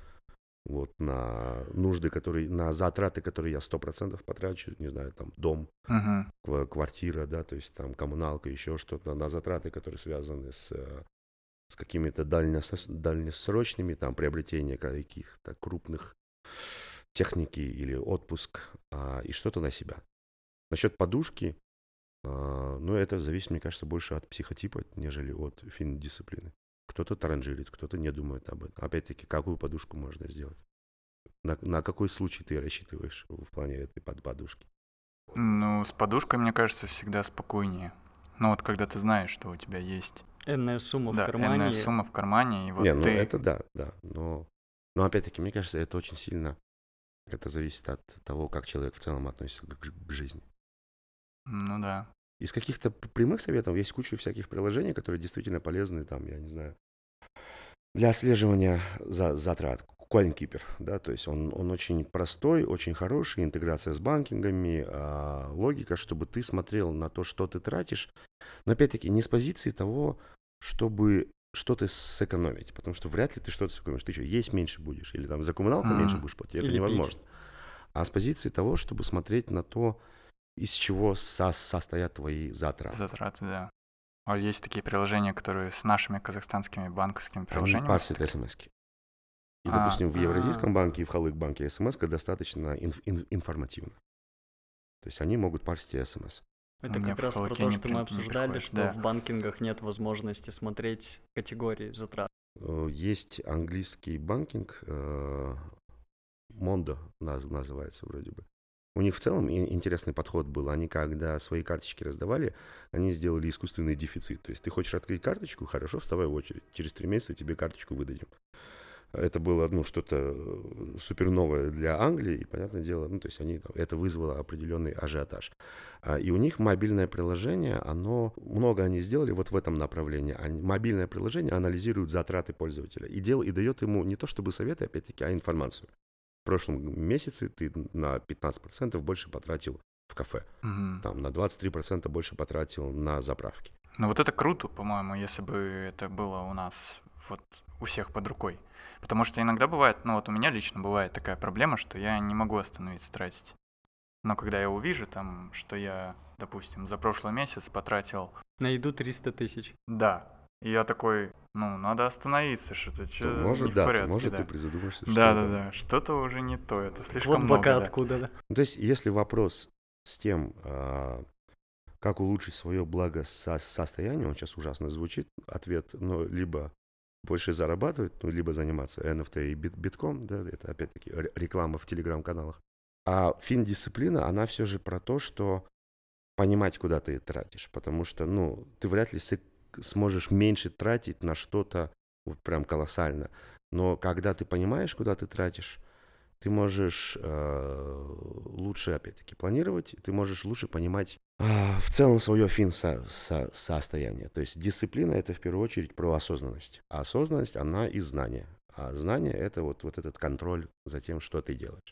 на нужды, на затраты, которые я 100% потрачу, не знаю, там дом, квартира, да, то есть там коммуналка, еще что-то, на затраты, которые связаны с какими-то дальнесрочными, там, приобретения каких-то крупных техники или отпуск, и что-то на себя. Насчет подушки, это зависит, мне кажется, больше от психотипа, нежели от финдисциплины. Кто-то транжирит, кто-то не думает об этом. Опять-таки, какую подушку можно сделать? На какой случай ты рассчитываешь в плане этой подушки? С подушкой, мне кажется, всегда спокойнее. Вот когда ты знаешь, что у тебя есть энная сумма в кармане. Энная сумма в кармане, и вот это да. Но опять-таки, мне кажется, это очень сильно, это зависит от того, как человек в целом относится к жизни. Ну да. Из каких-то прямых советов есть куча всяких приложений, которые действительно полезны, там, я не знаю, для отслеживания затрат. CoinKeeper, да, то есть он очень простой, очень хороший, интеграция с банкингами, логика, чтобы ты смотрел на то, что ты тратишь, но опять-таки не с позиции того, чтобы что-то сэкономить, потому что вряд ли ты что-то сэкономишь. Ты что, есть меньше будешь, или там за коммуналку меньше будешь платить, это невозможно. А с позиции того, чтобы смотреть на то, из чего состоят твои затраты. Затраты, да. Есть такие приложения, которые с нашими казахстанскими банковскими приложениями. Они парсят смс-ки. И, допустим, в Евразийском банке и в Халык-банке смс-ка достаточно информативна. То есть они могут парсить смс. Это как раз про то, что мы обсуждали, что в банкингах нет возможности смотреть категории затрат. Есть английский банкинг, Mondo называется вроде бы. У них в целом интересный подход был. Они, когда свои карточки раздавали, они сделали искусственный дефицит. То есть ты хочешь открыть карточку, хорошо, вставай в очередь. Через 3 месяца тебе карточку выдадим. Это было что-то супер новое для Англии, и, понятное дело, то есть это вызвало определенный ажиотаж. И у них мобильное приложение, много они сделали вот в этом направлении. Мобильное приложение анализирует затраты пользователя и дает ему не то чтобы советы, опять-таки, а информацию. В прошлом месяце ты на 15% больше потратил в кафе, там на 23% больше потратил на заправки. Вот это круто, по-моему, если бы это было у нас у всех под рукой. Потому что иногда бывает, ну вот у меня лично бывает такая проблема, что я не могу остановиться тратить. Но когда я увижу там, что я, допустим, за прошлый месяц потратил... На еду 300 тысяч. Да. И я такой, ну, надо остановиться, что-то То, не может, в да, порядке, может, да. ты призадумаешься, что Да, что-то уже не то, это слишком Вот много, бока да. откуда, да. Ну, то есть, если вопрос с тем, как улучшить свое благосостояние, он сейчас ужасно звучит, ответ, ну, либо больше зарабатывать, ну, либо заниматься NFT и битком, да, это опять-таки реклама в телеграм-каналах. А финдисциплина, она все же про то, что понимать, куда ты тратишь, потому что, ну, ты вряд ли сможешь меньше тратить на что-то вот прям колоссально. Но когда ты понимаешь, куда ты тратишь, ты можешь лучше, опять-таки, планировать, ты можешь лучше понимать в целом свое состояние. То есть дисциплина — это в первую очередь про осознанность. А осознанность, она из знания. А знание — это вот этот контроль за тем, что ты делаешь.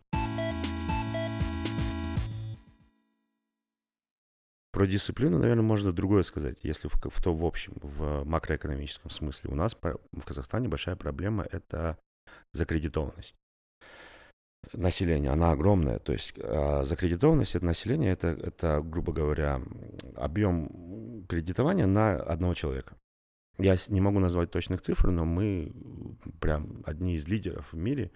Про дисциплину, наверное, можно другое сказать, если в общем, в макроэкономическом смысле. У нас в Казахстане большая проблема — это закредитованность населения. Она огромная. То есть закредитованность это населения, это, грубо говоря, объем кредитования на одного человека. Я не могу назвать точных цифр, но мы прям одни из лидеров в мире.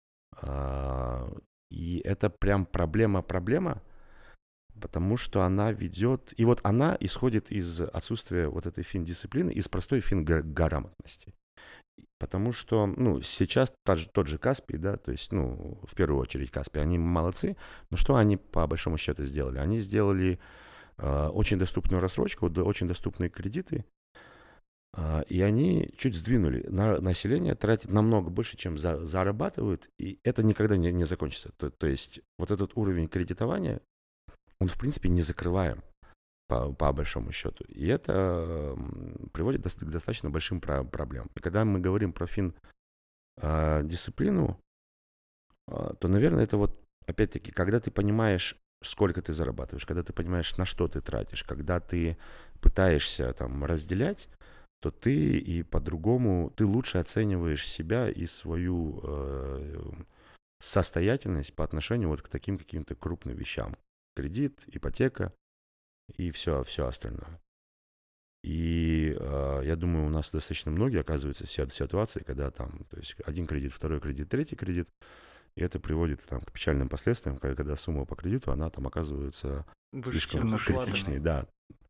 И это прям проблема, потому что она ведет... И вот она исходит из отсутствия вот этой финдисциплины, из простой финграмотности. Потому что, ну, сейчас тот же Каспий, да, то есть, ну, в первую очередь Каспий, они молодцы, но что они по большому счету сделали? Они сделали очень доступную рассрочку, очень доступные кредиты, и они чуть сдвинули. Население тратит намного больше, чем зарабатывают, и это никогда не закончится. То есть вот этот уровень кредитования, он, в принципе, не закрываем по большому счету. И это приводит к достаточно большим проблемам. И когда мы говорим про дисциплину, то, наверное, это вот, опять-таки, когда ты понимаешь, сколько ты зарабатываешь, когда ты понимаешь, на что ты тратишь, когда ты пытаешься там разделять, то ты и по-другому, ты лучше оцениваешь себя и свою состоятельность по отношению вот к таким каким-то крупным вещам. Кредит, ипотека и все остальное. И я думаю, у нас достаточно многие оказываются в ситуации, когда там, то есть один кредит, второй кредит, третий кредит, и это приводит там к печальным последствиям, когда сумма по кредиту, она там оказывается слишком критичной, да.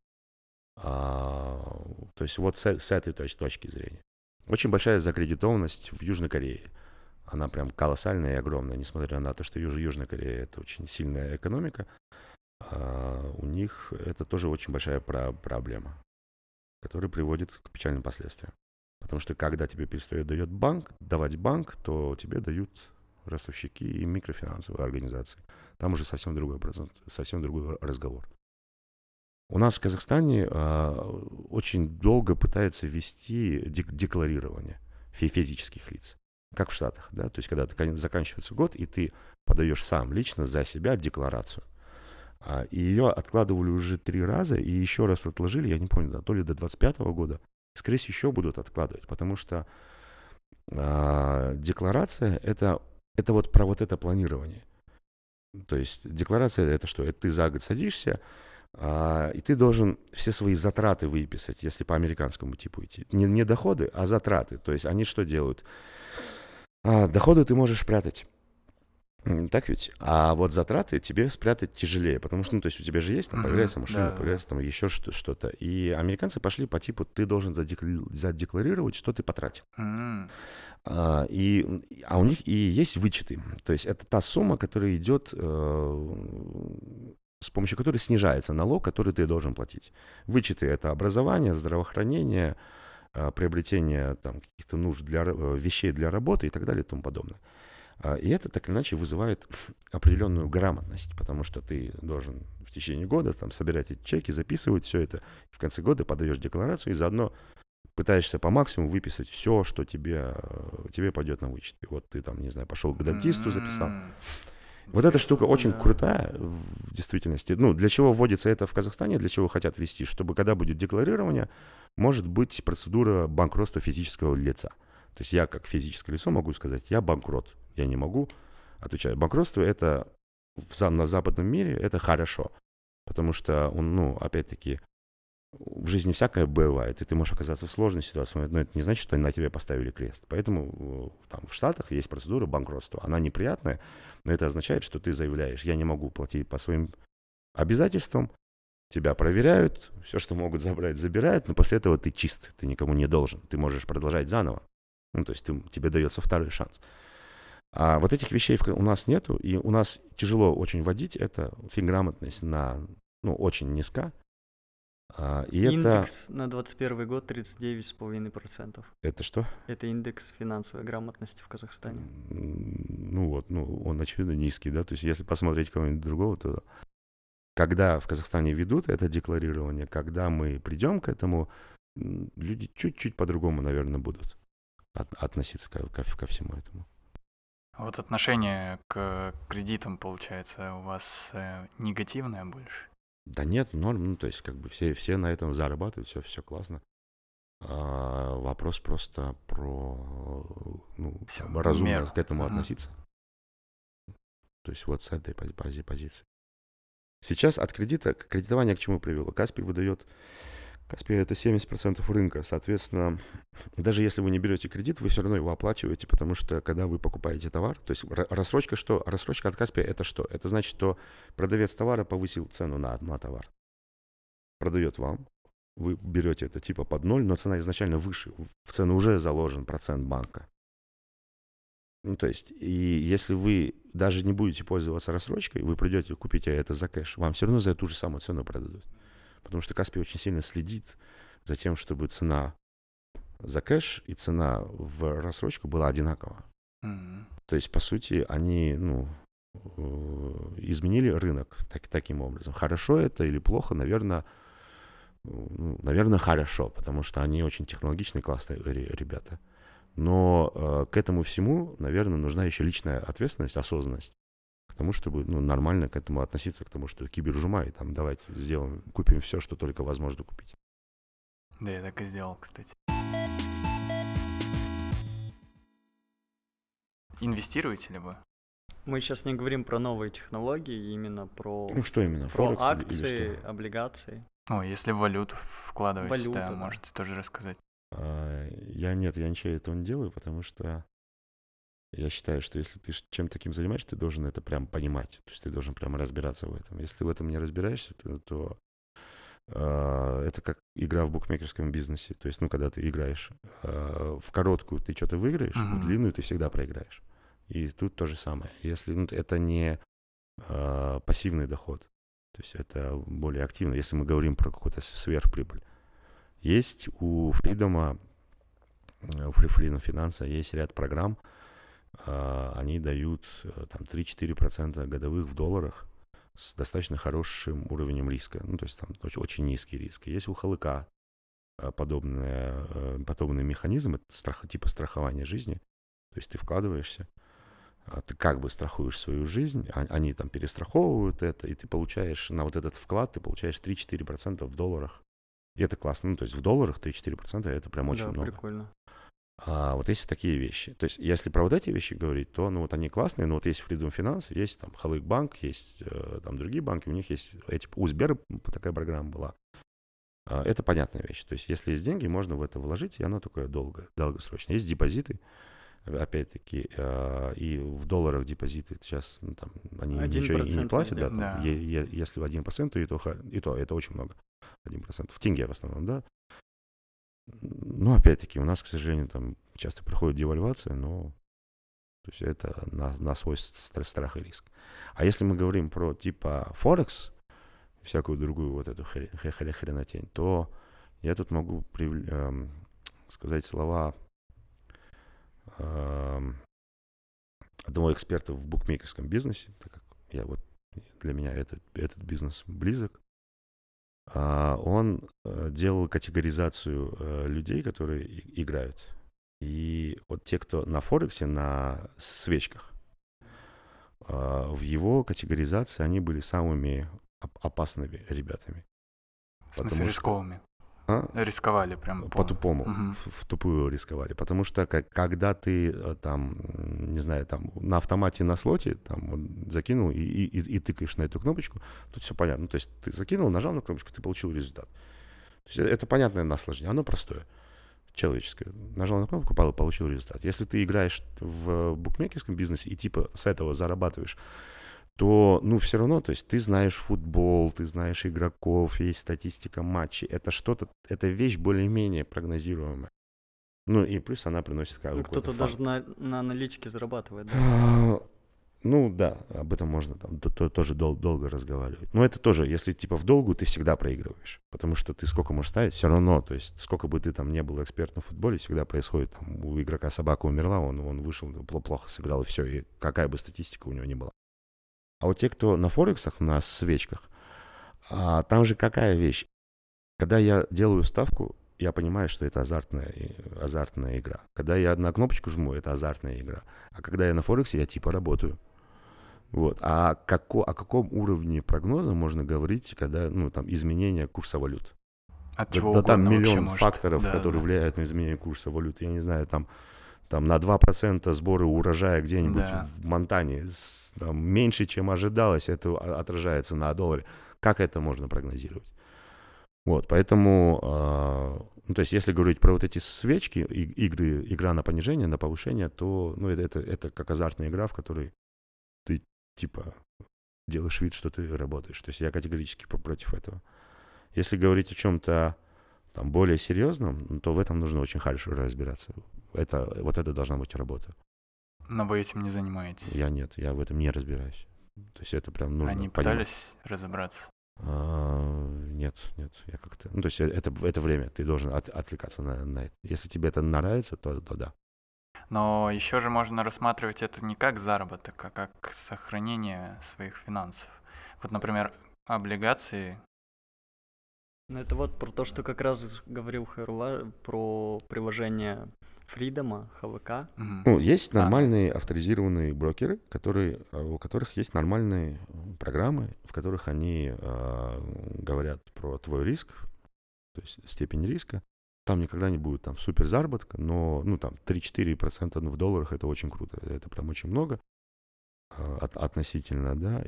То есть вот с этой точки зрения. Очень большая закредитованность в Южной Корее. Она прям колоссальная и огромная, несмотря на то, что Южная Корея — это очень сильная экономика. У них это тоже очень большая проблема, которая приводит к печальным последствиям. Потому что когда тебе перестает давать банк, то тебе дают ростовщики и микрофинансовые организации. Там уже совсем другой разговор. У нас в Казахстане очень долго пытаются ввести декларирование физических лиц, как в Штатах, да, то есть когда заканчивается год, и ты подаешь сам лично за себя декларацию. И ее откладывали уже 3 раза, и еще раз отложили, я не помню, да, то ли до 2025 года. Скорее всего, еще будут откладывать, потому что декларация это вот про вот это планирование. То есть декларация — это что? Это ты за год садишься, и ты должен все свои затраты выписать, если по американскому типу идти. Не доходы, а затраты. То есть они что делают? Доходы ты можешь прятать. Так ведь? А вот затраты тебе спрятать тяжелее, потому что, ну, то есть у тебя же есть, там появляется машина, появляется там еще что-то. И американцы пошли по типу, ты должен задекларировать, что ты потратил. А у них и есть вычеты. То есть это та сумма, которая идет, с помощью которой снижается налог, который ты должен платить. Вычеты — это образование, здравоохранение, приобретение там каких-то нужд вещей для работы и так далее и тому подобное. И это так или иначе вызывает определенную грамотность, потому что ты должен в течение года там собирать эти чеки, записывать все это. В конце года подаешь декларацию и заодно пытаешься по максимуму выписать все, что тебе пойдет на вычет. И вот ты там, не знаю, пошел к дантисту, записал. Вот эта штука очень крутая в действительности. Ну, для чего вводится это в Казахстане, для чего хотят ввести? Чтобы когда будет декларирование, может быть процедура банкротства физического лица. То есть я как физическое лицо могу сказать, я банкрот. Я не могу отвечать. Банкротство это на западном мире это хорошо. Потому что, опять-таки, в жизни всякое бывает, и ты можешь оказаться в сложной ситуации, но это не значит, что на тебе поставили крест. Поэтому там, в Штатах есть процедура банкротства. Она неприятная, но это означает, что ты заявляешь, я не могу платить по своим обязательствам, тебя проверяют, все, что могут забрать, забирают, но после этого ты чист, ты никому не должен, ты можешь продолжать заново. То есть тебе дается второй шанс. А вот этих вещей у нас нету, и у нас тяжело очень вводить это, финграмотность очень низка. И индекс на 2021 год 39,5%. Это что? Это индекс финансовой грамотности в Казахстане. Он, очевидно, низкий, да, то есть если посмотреть кого-нибудь другого, то когда в Казахстане ведут это декларирование, когда мы придем к этому, люди чуть-чуть по-другому, наверное, будут относиться ко всему этому. Вот отношение к кредитам, получается, у вас негативное больше? Да нет, норм, то есть как бы все на этом зарабатывают, все классно. Вопрос просто про разумно к этому относиться. То есть вот с этой позиции. Сейчас от кредитование к чему привело? Каспий это 70% рынка, соответственно, даже если вы не берете кредит, вы все равно его оплачиваете, потому что когда вы покупаете товар, то есть рассрочка что? Рассрочка от Каспия это что? Это значит, что продавец товара повысил цену на товар, продает вам, вы берете это типа под ноль, но цена изначально выше, в цену уже заложен процент банка. То есть, и если вы даже не будете пользоваться рассрочкой, вы придете, купите это за кэш, вам все равно за ту же самую цену продадут. Потому что Каспий очень сильно следит за тем, чтобы цена за кэш и цена в рассрочку была одинакова. То есть, по сути, они изменили рынок таким образом. Хорошо это или плохо, наверное, хорошо, потому что они очень технологичные, классные ребята. Но к этому всему, наверное, нужна еще личная ответственность, осознанность. К тому, чтобы нормально к этому относиться, к тому, что кибержума, и там давайте купим все, что только возможно купить. Да, я так и сделал, кстати. Инвестируете ли вы? Мы сейчас не говорим про новые технологии, именно про... Что именно? Про Форекс акции, или что? облигации. Если в валюту вкладываетесь, Валюта, да. можете тоже рассказать. Я ничего этого не делаю, потому что я считаю, что если ты чем-то таким занимаешься, ты должен это прям понимать. То есть ты должен прямо разбираться в этом. Если ты в этом не разбираешься, то это как игра в букмекерском бизнесе. То есть, когда ты играешь в короткую, ты что-то выиграешь, в длинную ты всегда проиграешь. И тут то же самое. Если это не пассивный доход, то есть это более активно, если мы говорим про какую-то сверхприбыль. Есть у Freedom финанса есть ряд программ, они дают там 3-4% годовых в долларах с достаточно хорошим уровнем риска. То есть там очень низкий риск. Есть у ХЛК подобный механизм, это типа страхования жизни. То есть ты вкладываешься, ты как бы страхуешь свою жизнь, они там перестраховывают это, и ты получаешь на вот этот вклад, ты получаешь 3-4% в долларах. И это классно. То есть в долларах 3-4% это прям очень много. Да, прикольно. Вот есть такие вещи. То есть если про вот эти вещи говорить, то они классные, но вот есть Freedom Finance, есть там Халык банк, есть там другие банки, у них есть у Сбера такая программа была. Это понятная вещь. То есть если есть деньги, можно в это вложить, и оно такое долгосрочное. Есть депозиты, опять-таки, и в долларах депозиты сейчас они ничего и не платят. Да. Если 1%, и то это очень много. 1%. В тенге в основном, да. Опять-таки, у нас, к сожалению, там часто проходит девальвация, но то есть это на свой страх и риск. А если мы говорим про типа Форекс, всякую другую вот эту хренотень, то я тут могу сказать слова одного эксперта в букмекерском бизнесе, так как для меня этот бизнес близок. Он делал категоризацию людей, которые играют. И вот те, кто на Форексе, на свечках, в его категоризации они были самыми опасными ребятами. В смысле рисковыми? Рисковали прям по-тупому, в тупую рисковали. Потому что когда ты там, не знаю, там на автомате на слоте там закинул и тыкаешь на эту кнопочку, тут все понятно. То есть ты закинул, нажал на кнопочку, ты получил результат. То есть это понятное наслаждение, оно простое, человеческое. Нажал на кнопку, получил результат. Если ты играешь в букмекерском бизнесе и типа с этого зарабатываешь, то, ну, все равно, то есть ты знаешь футбол, ты знаешь игроков, есть статистика матчей. Это что-то, это вещь более-менее прогнозируемая. Ну, и плюс она приносит какой-то Кто-то фан. даже на аналитике зарабатывает, да? Ну, да, об этом можно там тоже долго разговаривать. Но это тоже, если типа в долгу, ты всегда проигрываешь. Потому что ты сколько можешь ставить, все равно, то есть сколько бы ты там не был экспертом в футболе, всегда происходит, там, у игрока собака умерла, он вышел, плохо сыграл, и все, и какая бы статистика у него ни была. А вот те, кто на Форексах, на свечках, там же какая вещь? Когда я делаю ставку, я понимаю, что это азартная игра. Когда я на кнопочку жму, это азартная игра. А когда я на Форексе, я типа работаю. Вот. О каком уровне прогноза можно говорить, когда, ну, там, изменение курса валют? От чего Да там угодно вообще миллион может. факторов, Да, которые да. влияют на изменение курса валют. Я не знаю, там на 2% сборы урожая где-нибудь Да. в Монтане там, меньше, чем ожидалось, это отражается на долларе. Как это можно прогнозировать? Вот, поэтому, ну, то есть, если говорить про вот эти свечки, игра на понижение, на повышение, то, ну, это как азартная игра, в которой ты, типа, делаешь вид, что ты работаешь. То есть, я категорически против этого. Если говорить о чем-то там более серьезном, то в этом нужно очень хорошо разбираться. Вот это должна быть работа. Но вы этим не занимаетесь? Я в этом не разбираюсь. То есть это прям нужно Они понимать. пытались разобраться? Нет, я как-то... Ну, то есть это время, ты должен отвлекаться на это. Если тебе это нравится, то да. Но еще же можно рассматривать это не как заработок, а как сохранение своих финансов. Вот, например, облигации. Ну, это вот про то, что как раз говорил Хайрула, про приложение Фридома, ХВК. Ну, есть нормальные авторизированные брокеры, у которых есть нормальные программы, в которых они говорят про твой риск, то есть степень риска. Там никогда не будет там супер заработка, но ну, там 3-4% в долларах это очень круто. Это прям очень много относительно, да,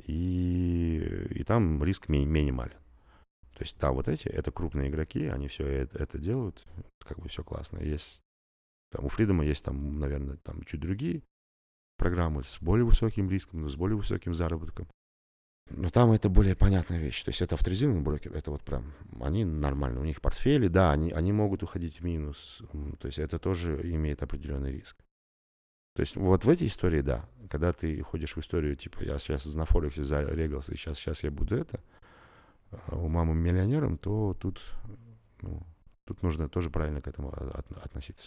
и там риск минимален. То есть, да, вот это крупные игроки, они все это делают, как бы все классно. Есть, там, у Фридома есть, там, наверное, там чуть другие программы с более высоким риском, но с более высоким заработком. Но там это более понятная вещь. То есть, это авторизированный брокер, это вот прям, они нормально, у них портфели, да, они могут уходить в минус, то есть, это тоже имеет определенный риск. То есть, вот в этой истории, да, когда ты ходишь в историю, типа, я сейчас на Форексе зарегался, и сейчас я буду у мамы миллионером, то тут нужно тоже правильно к этому относиться.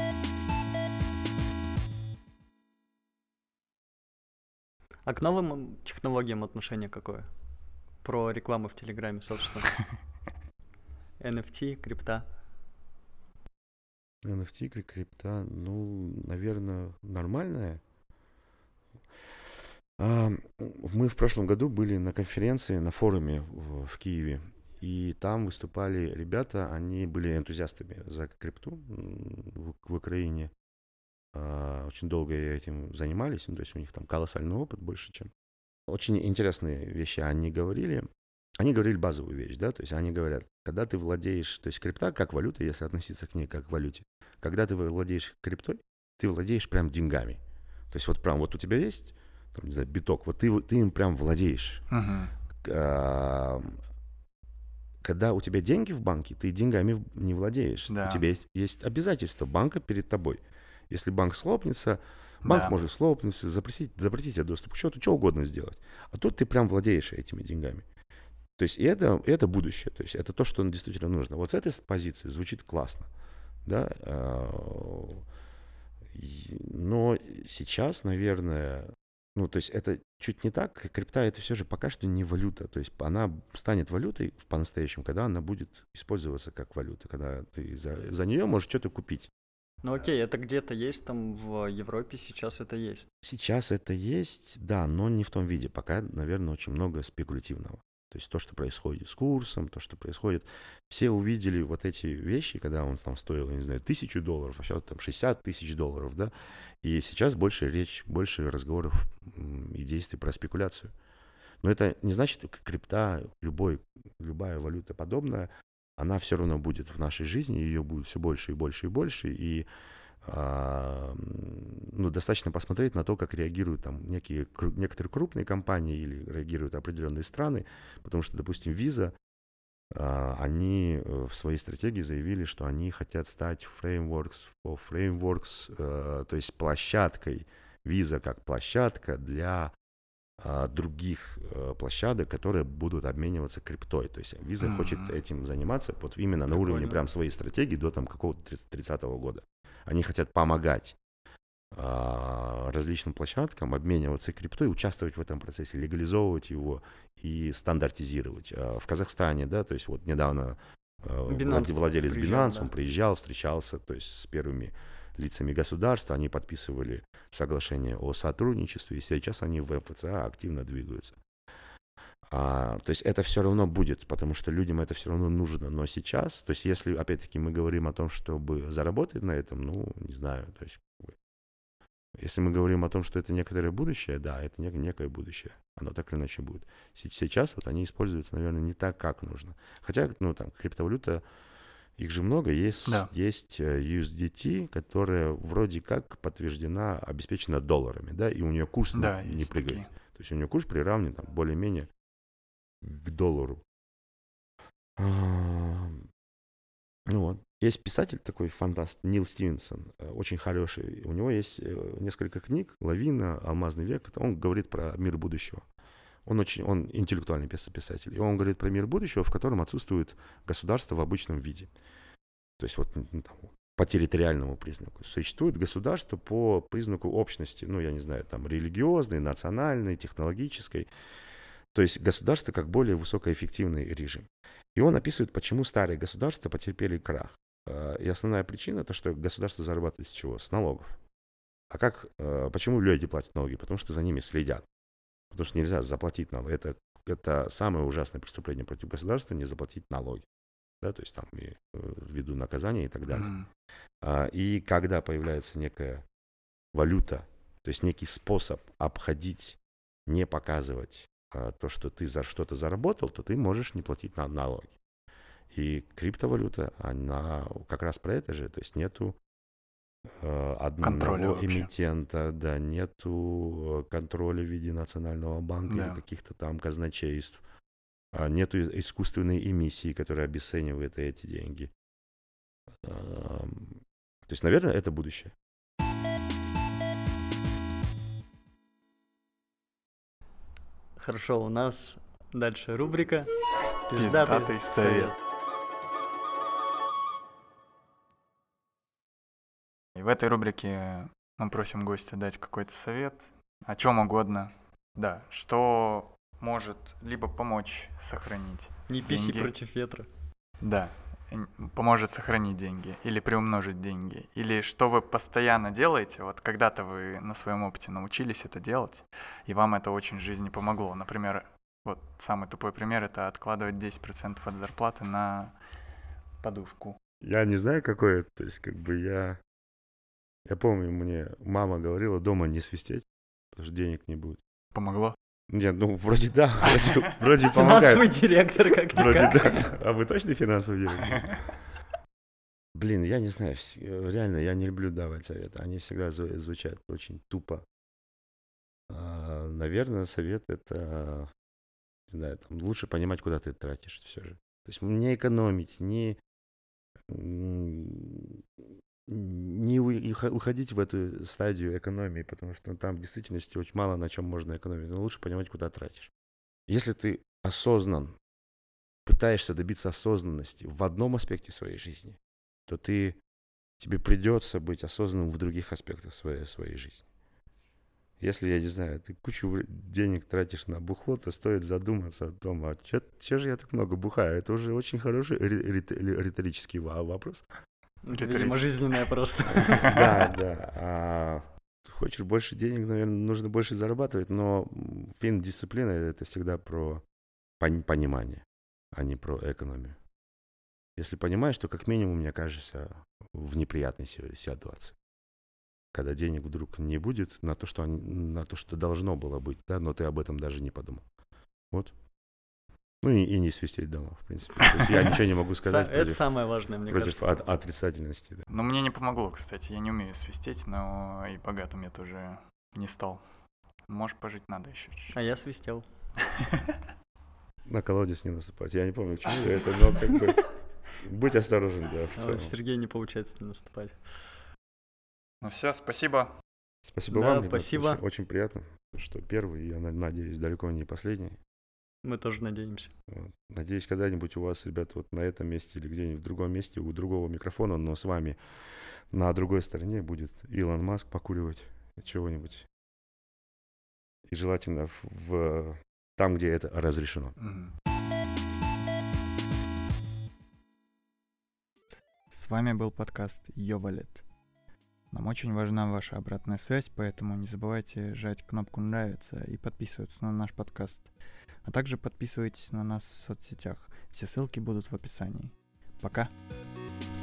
А к новым технологиям отношение какое? Про рекламу в Телеграме, собственно. NFT, крипта. NFT, крипта, ну, наверное, нормальная. Мы в прошлом году были на конференции, на форуме в Киеве, и там выступали ребята, они были энтузиастами за крипту в Украине. Очень долго этим занимались, то есть у них там колоссальный опыт больше, чем... Очень интересные вещи они говорили. Они говорили базовую вещь, да, то есть они говорят, когда ты владеешь, то есть крипта как валюта, если относиться к ней как к валюте, когда ты владеешь криптой, ты владеешь прям деньгами. То есть вот прям вот у тебя есть, там, не знаю, биток, вот ты им прям владеешь. Когда у тебя деньги в банке, ты деньгами не владеешь. Да. У тебя есть обязательства банка перед тобой. Если банк схлопнется, банк может схлопнуться, запретить тебе доступ к счету, что угодно сделать. А тут ты прям владеешь этими деньгами. То есть это будущее, то есть это то, что действительно нужно. Вот с этой позиции звучит классно, да. Но сейчас, наверное, ну, то есть это чуть не так. Крипта это все же пока что не валюта. То есть она станет валютой по-настоящему, когда она будет использоваться как валюта, когда ты за нее можешь что-то купить. Ну окей, это где-то есть там в Европе, сейчас это есть. Сейчас это есть, да, но не в том виде. Пока, наверное, очень много спекулятивного. То есть то, что происходит с курсом, то, что происходит. Все увидели вот эти вещи, когда он там стоил, я не знаю, $1000, а сейчас там 60 тысяч долларов, да. И сейчас больше больше разговоров и действий про спекуляцию. Но это не значит, что крипта, любая валюта подобная, она все равно будет в нашей жизни, ее будет все больше и больше и больше. И достаточно посмотреть на то, как реагируют там некоторые крупные компании или реагируют определенные страны, потому что, допустим, Visa, они в своей стратегии заявили, что они хотят стать frameworks, то есть площадкой, Visa как площадка для других площадок, которые будут обмениваться криптой. То есть Visa хочет этим заниматься вот именно на уровне прям своей стратегии до там какого-то 30-го года. Они хотят помогать различным площадкам обмениваться криптой, участвовать в этом процессе, легализовывать его и стандартизировать. В Казахстане, да, то есть вот недавно владелец Binance, он приезжал, встречался, то есть с первыми лицами государства, они подписывали соглашение о сотрудничестве, и сейчас они в МФЦА активно двигаются. То есть это все равно будет, потому что людям это все равно нужно. Но сейчас, то есть если, опять-таки, мы говорим о том, чтобы заработать на этом, не знаю, то есть если мы говорим о том, что это некоторое будущее, да, это некое будущее. Оно так или иначе будет. Сейчас вот они используются, наверное, не так, как нужно. Хотя, там, криптовалюта, их же много. Есть USDT, которая вроде как подтверждена, обеспечена долларами, да, и у нее курс не прыгает. То есть у нее курс приравнен там более-менее к доллару. Есть писатель такой, фантаст, Нил Стивенсон, очень хороший. У него есть несколько книг, «Лавина», «Алмазный век». Он говорит про мир будущего. Он интеллектуальный писатель. И он говорит про мир будущего, в котором отсутствует государство в обычном виде. То есть по территориальному признаку. Существует государство по признаку общности, я не знаю, там религиозной, национальной, технологической. То есть государство как более высокоэффективный режим. И он описывает, почему старые государства потерпели крах. И основная причина, то, что государство зарабатывает с чего? С налогов. Почему люди платят налоги? Потому что за ними следят. Потому что нельзя заплатить налоги. Это самое ужасное преступление против государства, не заплатить налоги. Да, то есть там ввиду наказания и так далее. И когда появляется некая валюта, то есть некий способ обходить, не показывать то, что ты за что-то заработал, то ты можешь не платить налоги. И криптовалюта, она как раз про это же. То есть нету одного эмитента, да, нету контроля в виде национального банка или каких-то там казначейств. Нету искусственной эмиссии, которая обесценивает эти деньги. То есть, наверное, это будущее. Хорошо, у нас дальше рубрика «Пиздатый совет». И в этой рубрике мы просим гостя дать какой-то совет, о чем угодно. Да, что может либо помочь сохранить Не писи против ветра. Да, поможет сохранить деньги или приумножить деньги. Или что вы постоянно делаете, вот когда-то вы на своем опыте научились это делать, и вам это очень в жизни помогло. Например, вот самый тупой пример — это откладывать 10% от зарплаты на подушку. Я не знаю, какой это, то есть я помню, мне мама говорила дома не свистеть, потому что денег не будет. Помогло? Нет, вроде да, вроде помогает. Финансовый директор как-никак. Вроде да. А вы точно финансовый директор? Блин, я не знаю, реально, я не люблю давать советы. Они всегда звучат очень тупо. Наверное, совет — это, не знаю, там, лучше понимать, куда ты тратишь все же. То есть не экономить, не уходить в эту стадию экономии, потому что там в действительности очень мало на чем можно экономить. Но лучше понимать, куда тратишь. Если ты осознан, пытаешься добиться осознанности в одном аспекте своей жизни, то тебе придется быть осознанным в других аспектах своей жизни. Если, я не знаю, ты кучу денег тратишь на бухло, то стоит задуматься о том, а что же я так много бухаю? Это уже очень хороший риторический вопрос. Видимо, жизненная просто. Да. Хочешь больше денег, наверное, нужно больше зарабатывать, но фин-дисциплина — это всегда про понимание, а не про экономию. Если понимаешь, то как минимум не окажешься в неприятной ситуации. Когда денег вдруг не будет на то, что должно было быть, да, но ты об этом даже не подумал. Вот. Ну и не свистеть дома, в принципе. То есть я ничего не могу сказать Это самое важное, мне против кажется. отрицательности. Да. Но мне не помогло, кстати. Я не умею свистеть, но и богатым я тоже не стал. Может, пожить надо еще чуть-чуть. А я свистел. На колодец не наступать. Я не помню, к чему это, но как бы будь осторожен, да, в А целом. вот Сергею не получается не наступать. Ну все, спасибо. Спасибо Да, вам, ребят. спасибо. Очень приятно, что первый, и я надеюсь, далеко не последний. Мы тоже надеемся. Вот. Надеюсь, когда-нибудь у вас, ребят, вот на этом месте или где-нибудь в другом месте, у другого микрофона, но с вами на другой стороне будет Илон Маск покуривать чего-нибудь. И желательно там, где это разрешено. С вами был подкаст Йо Валет. Нам очень важна ваша обратная связь, поэтому не забывайте жать кнопку «Нравится» и подписываться на наш подкаст. А также подписывайтесь на нас в соцсетях. Все ссылки будут в описании. Пока!